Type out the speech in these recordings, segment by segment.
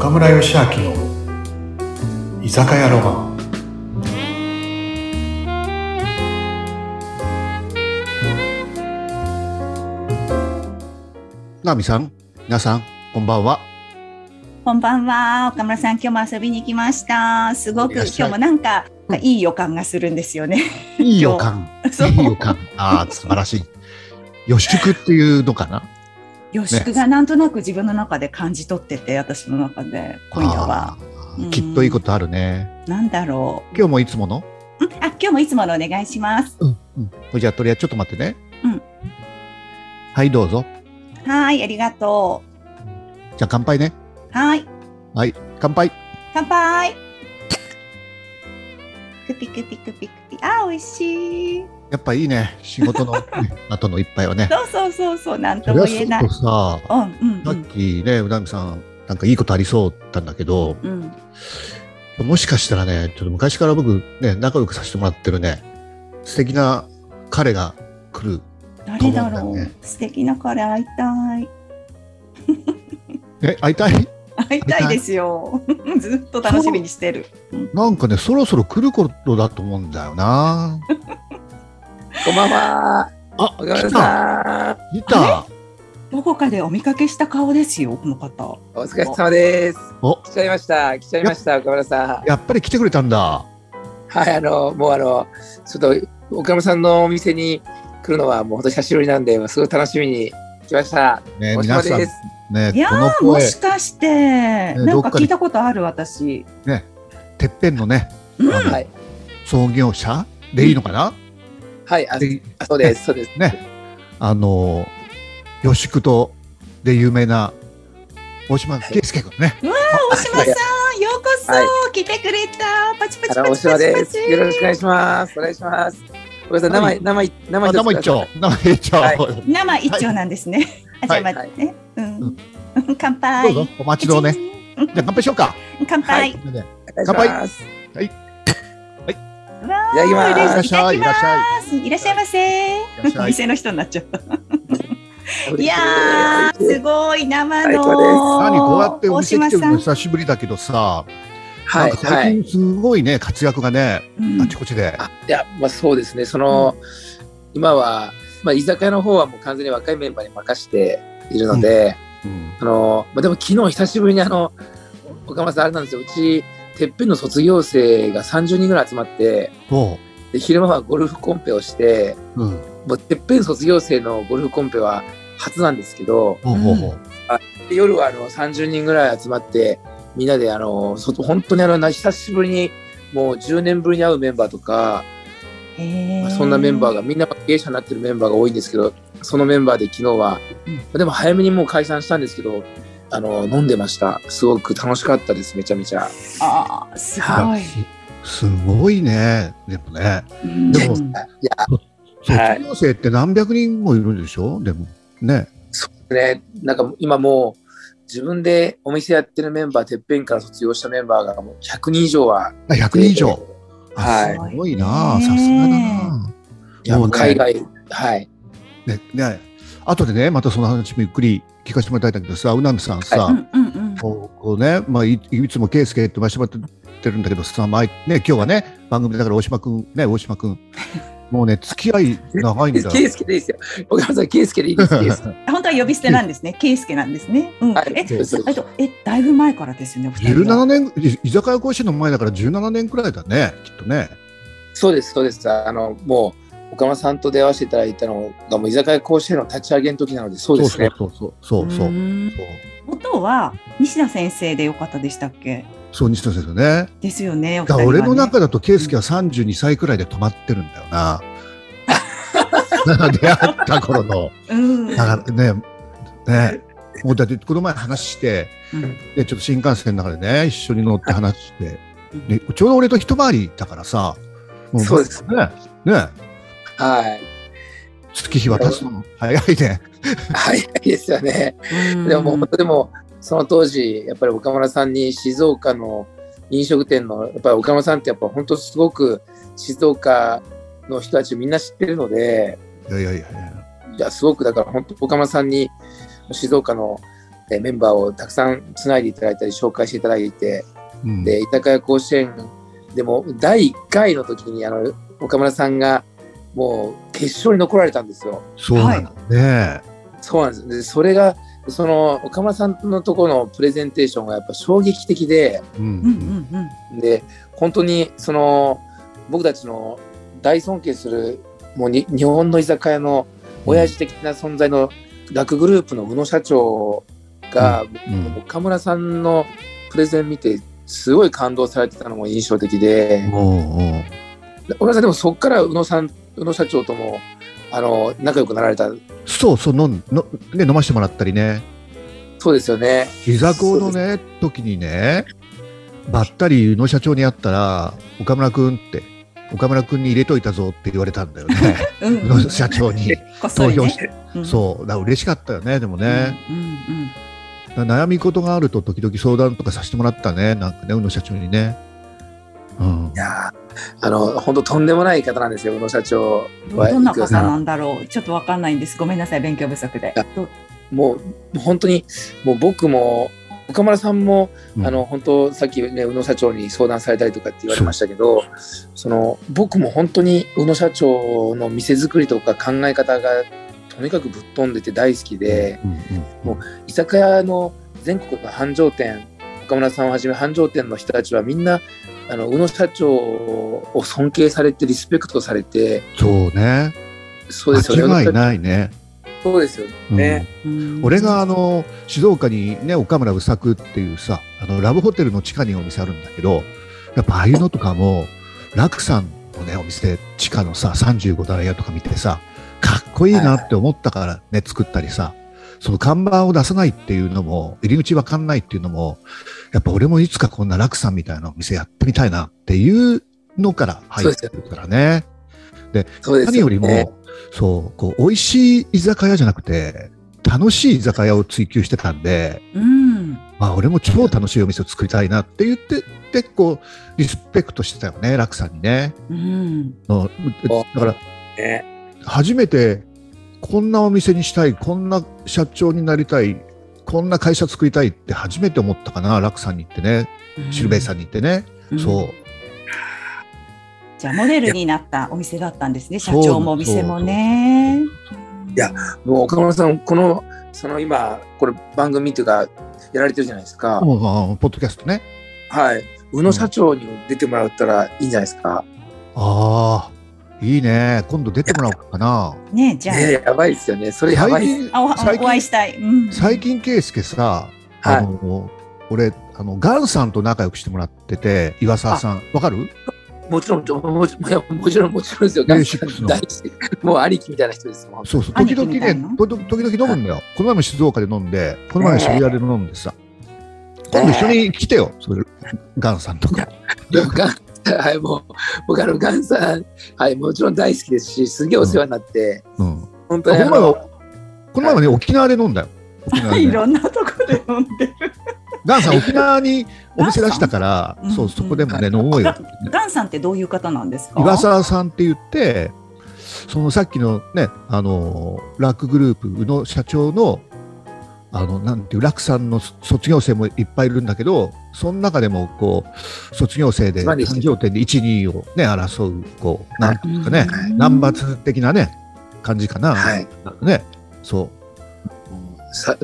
岡村義明の居酒屋ロマン。 ナミさん、皆さん、こんばんは。 こんばんは。岡村さん、今日も遊びに来ました。すごく今日もなんかいい予感がするんですよね。 いい予感。いい予感。ああ、素晴らしい。予祝っていうのかな。 予祝がなんとなく自分の中で感じ取ってて、私の中で今夜は、 きっといいことあるね。 なんだろう。今日もいつもの？ 今日もいつものお願いします。 じゃあとりあえずちょっと待ってね。はい、どうぞ。 はい、ありがとう。じゃあ乾杯ね。 はい。 はい、乾杯。 乾杯。クピクピクピクピ。あ、美味しい。 やっぱいいね。仕事の後の一杯はね。 そう、なんとも言えない。 さっきね、うなみさん、なんかいいことありそうだったんだけど、もしかしたらね、ちょっと昔から僕ね、仲良くさせてもらってるね、素敵な彼が来ると思うんだよね。誰だろう。 素敵な彼会いたい。 会いたい？ 会いたいですよ。ずっと楽しみにしてる。 なんかね、そろそろ来る頃だと思うんだよな。 こんばんは。 来た。来た。 どこかでお見かけした顔ですよ、この方。 お疲れ様です。来ちゃいました、岡村さん。 やっぱり来てくれたんだ。 はい、もうちょっと岡村さんのお店に来るのはもう本当久しぶりなんで、すごい楽しみに来ました。 ね、皆さん。ね、 いやー、もしかして、なんか聞いたことある私。 ね、てっぺんのね、創業者でいいのかな？ はい、そうです、そうです。 ね、予祝とで有名な大島圭介君ね。 うわー、大島さん、ようこそ来てくれた。パチパチパチパチ。 大島です。よろしくお願いします。お願いします。ごめんなさい、生一丁。 生一丁なんですね。じゃあ待ってね。乾杯。 どうぞ、お待ちどうね。じゃあ乾杯しようか。 乾杯。 乾杯。はい。 いただきます。 いらっしゃい。 いらっしゃいませ。店の人になっちゃった。いやー、すごい生の。 何こうやってお店来てるの久しぶりだけどさ。なんか最近すごいね、活躍がね、あちこちで。 いや、そうですね。今は居酒屋の方はもう完全に若いメンバーに任しているので、でも昨日久しぶりに岡村さんあれなんですよ。うちてっぺんの卒業生が30人ぐらい集まって、で昼間はゴルフコンペをして、もうてっぺん卒業生のゴルフコンペは初なんですけど、夜は30人ぐらい集まってみんなで本当に久しぶりにもう10年ぶりに会うメンバーとか、そんなメンバーがみんな経営者になってるメンバーが多いんですけど、そのメンバーで昨日は、でも早めにもう解散したんですけど、飲んでました。すごく楽しかったです。めちゃめちゃ。 すごい。 すごいね。でもね。でも、卒業生って何百人もいるんでしょ？でもね。 そうね。なんか今もう自分でお店やってるメンバー、てっぺんから卒業したメンバーがもう100人以上は。 100人以上。 はい。 すごいな。さすがだな。 いや、もう海外、はい。 ね、後でね、またその話もゆっくり聞かせてもらいたいんだけどさ、うなみさんさ、こうね、いつも圭介って言わせてもらってるんだけどさ、今日はね、番組だから大島くん、もうね、付き合い長いんだよ。 圭介でいいですよ。岡村さん、圭介でいいです。 本当は呼び捨てなんですね。圭介なんですね。だいぶ前からですよね。 17年、居酒屋甲子園の前だから17年くらいだね、きっとね。 そうです。もう、岡村さんと出会わせていただいたのが、もう居酒屋甲子園の立ち上げの時なので、そうですね。 そう。 元は西田先生でよかったでしたっけ？ そう、西田先生ね。 ですよね。 俺の中だと圭介は32歳くらいで止まってるんだよな。出会った頃の。だからね、もうだってこの前話して、ちょっと新幹線の中でね、一緒に乗って話して、ちょうど俺と一回りだからさ。 そうですね。はい。月日は経つの早いね。 早いですよね。でもその当時やっぱり岡村さんに静岡の飲食店のやっぱり岡村さんってやっぱ本当すごく静岡の人たちみんな知ってるので、いやすごくだから本当岡村さんに静岡のメンバーをたくさんつないでいただいたり紹介していただいて、で居酒屋甲子園でも第1回の時に岡村さんがもう決勝に残られたんですよ。 そうなんだね。 そうなんです。でそれがその岡村さんのところのプレゼンテーションがやっぱ衝撃的で、で本当にその僕たちの大尊敬するもう日本の居酒屋の親父的な存在の楽グループの宇野社長が、岡村さんのプレゼン見てすごい感動されてたのも印象的で、岡村さんでもそこから宇野社長とも仲良くなられた。 そう飲ましてもらったりね。 そうですよね。 居酒屋のね時にね、ばったり宇野社長に会ったら岡村君に入れといたぞって言われたんだよね。宇野社長に投票して、そうだ嬉しかったよね。でもね、悩み事があると時々相談とかさせてもらったね、なんかね、宇野社長にね。 いや本当とんでもない方なんですよ、宇野社長は。 どんな方なんだろう、ちょっと分かんないんです。ごめんなさい、勉強不足で。 もう本当にもう僕も岡村さんも、本当さっきね宇野社長に相談されたりとかって言われましたけど、僕も本当に宇野社長の店作りとか考え方がとにかくぶっ飛んでて大好きで、もう居酒屋の全国の繁盛店、岡村さんをはじめ繁盛店の人たちはみんな宇野社長を尊敬されてリスペクトされて。 そうね。 そうですよね。 間違いないね。 そうですよね。 俺が静岡にね、岡村うさくっていうさ、ラブホテルの地下にお店あるんだけど、やっぱああいうのとかも楽さんのねお店地下のさ35段屋とか見てさ、かっこいいなって思ったからね、作ったりさ、その看板を出さないっていうのも、入り口わかんないっていうのも、やっぱ俺もいつかこんな楽さんみたいなお店やってみたいなっていうのから入ってるからね。で、何よりも、こう美味しい居酒屋じゃなくて楽しい居酒屋を追求してたんで、まあ俺も超楽しいお店を作りたいなって言って結構リスペクトしてたよね、楽さんにね。だから初めてこんなお店にしたい、こんな社長になりたい、こんな会社作りたいって初めて思ったかな、楽さんに行ってね、シルベイさんに行ってね。そうじゃあモデルになったお店だったんですね、社長もお店もね。 いやもう岡村さん今これ番組というかやられてるじゃないですか。 ポッドキャストね。 はい。宇野社長にも出てもらったらいいんじゃないですか。 ああ、いいね。今度出てもらおうかな。 ね、じゃあ。 やばいですよね。それやばい。 お会いしたい。 最近圭介さ、俺ガンさんと仲良くしてもらってて、岩沢さんわかる？ もちろんですよ。大好き。もう兄貴みたいな人ですもん。 そう時々ね、時々飲むんだよ。この前も静岡で飲んで、この前渋谷で飲んでさ。今度一緒に来てよ、それガンさんとか。 はい、もう僕ガンさん、はい、もちろん大好きですし、すげえお世話になって、 本当にこの前はね、沖縄で飲んだよ。 いろんなとこで飲んでる。 ガンさん沖縄にお店出したから、そこでもね飲もうよ。 ガンさんってどういう方なんですか？ 岩沢さんって言って、さっきのねラックグループの社長のなんていうラックさんの卒業生もいっぱいいるんだけど、その中でもこう卒業生で繁盛店で1、2をね争うこうなんていうかね、ナンバー的なね感じかな。はい。ね、そう。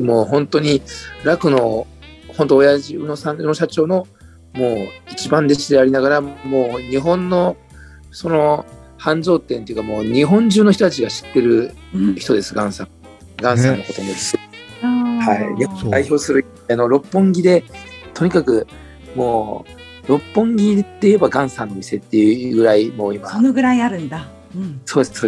もう本当にラクの本当親父宇野社長のもう一番弟子でありながら、もう日本のその繁盛店っていうかもう日本中の人たちが知ってる人です、ガンさんのこともです。はい。代表する六本木でとにかくもう六本木って言えばガンさんの店っていうぐらいもう今そのぐらいあるんだ。 そうです。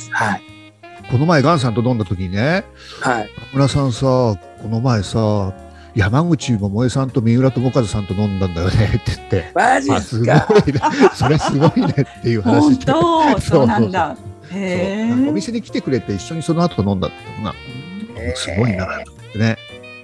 はい。 この前ガンさんと飲んだ時にね、 はい。 村さんさ、この前さ。山口百恵さんと三浦友和さんと飲んだんだよねって言って、 マジですか？ すごいね、それすごいねっていう話で。 本当そうなんだ。 お店に来てくれて一緒にその後飲んだってのがすごいなってね。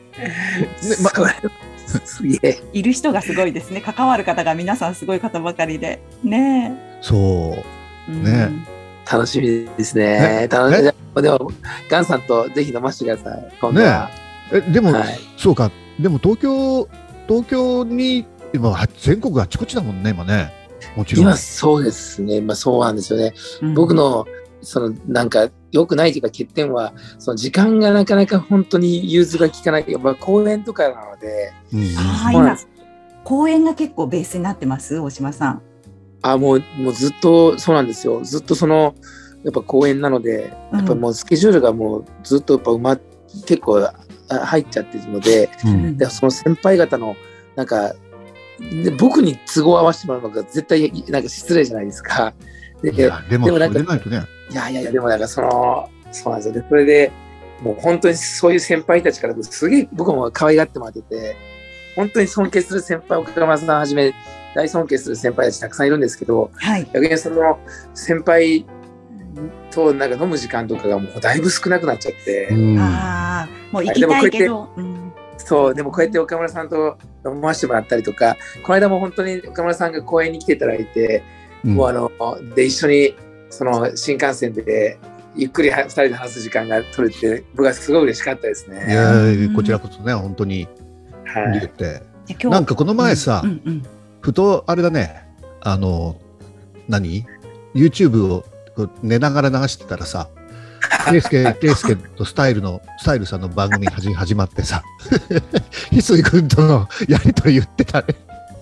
すげえ。 いる人がすごいですね。関わる方が皆さんすごい方ばかりでね。 そうね。 楽しみですね。でもガンさんとぜひ飲ませてください。今度は。 でも、 はい、 そうか、でも東京に今全国あちこちだもんね、今ね。もちろん。 今そうですね。そうなんですよね。僕のなんか良くないというか欠点は、その時間がなかなか本当に融通が利かない。公園とかなので。 今公園が結構ベースになってます、大島さん。 もうずっとそうなんですよ。ずっとやっぱ公園なので、やっぱもうスケジュールがもうずっとやっぱ結構入っちゃってるので、でその先輩方のなんか僕に都合を合わせてもらうのが絶対なんか失礼じゃないですか。 でもなんかいやでもなんかそうなんですよね。それでもう本当にそういう先輩たちからすげえ僕も可愛がってもらってて、本当に尊敬する先輩、岡村さんはじめ大尊敬する先輩たちたくさんいるんですけど、 はい、 逆にその先輩となんか飲む時間とかがもうだいぶ少なくなっちゃって、 もう行きたいけど、 そうでもこうやって岡村さんと飲ませてもらったりとか、この間も本当に岡村さんが公園に来ていただいて、もうで一緒にその新幹線でゆっくり2人で話す時間が取れて、僕はすごい嬉しかったですね。 いやこちらこそね、本当に言って、なんかこの前さ、ふとあれだね、YouTube を寝ながら流してたらさ、ケイスケとスタイルさんの番組始まってさ、翡翠君とのやりとり言ってたね。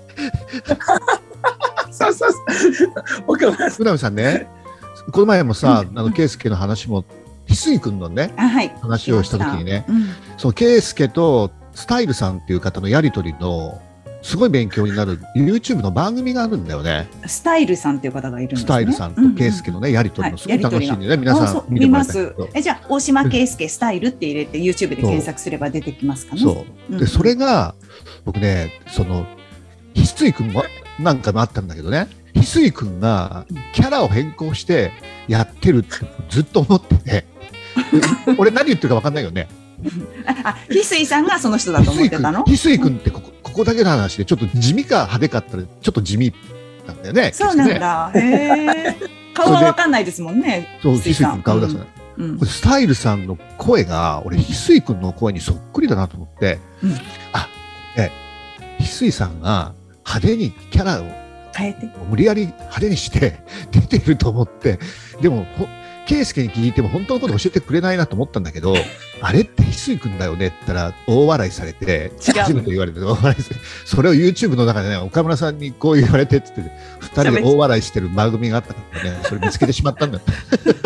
そう福波さんね、この前もさ、ケイスケの話も翡翠君のね、話をした時にね、そのケイスケとスタイルさんっていう方のやりとりのすごい勉強になる YouTube の番組があるんだよね。 スタイルさんっていう方がいるんですね。 スタイルさんとケイスケのね、やりとりのすごい楽しいんでね、皆さん見ます。じゃあ大島ケイスケスタイルって入れて YouTube で検索すれば出てきますかね。 そうで、それが僕ね、その翡翠君もなんかもあったんだけどね、翡翠君がキャラを変更してやってるってずっと思ってて、俺何言ってるか分かんないよね。 翡翠さんがその人だと思ってたの？ 翡翠君ってここだけの話でちょっと地味か派手かったらちょっと地味なんだよね。 そうなんだ。顔は分かんないですもんね。 そう、翡翠君顔出す。スタイルさんの声が俺翡翠君の声にそっくりだなと思って、翡翠さんが派手にキャラを変えて無理やり派手にして出てると思って、でも圭介に聞いても本当のこと教えてくれないなと思ったんだけど、あれって翡翠君だよねって言ったら大笑いされて、初めて言われて大笑いされて、それを YouTube の中でね、岡村さんにこう言われてって言って2人で大笑いしてる番組があったからね、それ見つけてしまったんだって。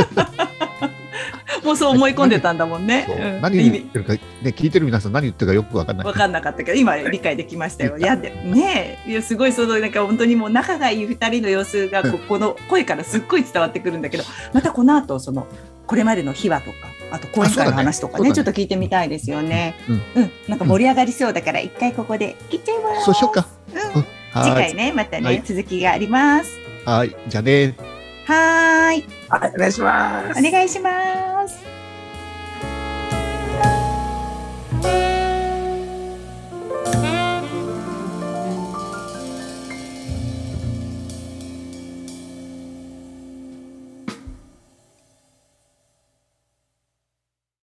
もうそう思い込んでたんだもんね。 何言ってるか、ね、聞いてる皆さん何言ってるかよく分かんない。 分かんなかったけど今理解できましたよ。いやすごいなんか本当にもう仲がいい2人の様子がこの声からすっごい伝わってくるんだけど、またこの後これまでの秘話とか、あと講演会の話とかね、ちょっと聞いてみたいですよね。なんか盛り上がりそうだから一回ここで切っちゃいます。 そうしようか。 次回ねまたね続きがあります。 はい、じゃあね。 はい、 お願いします。 お願いします。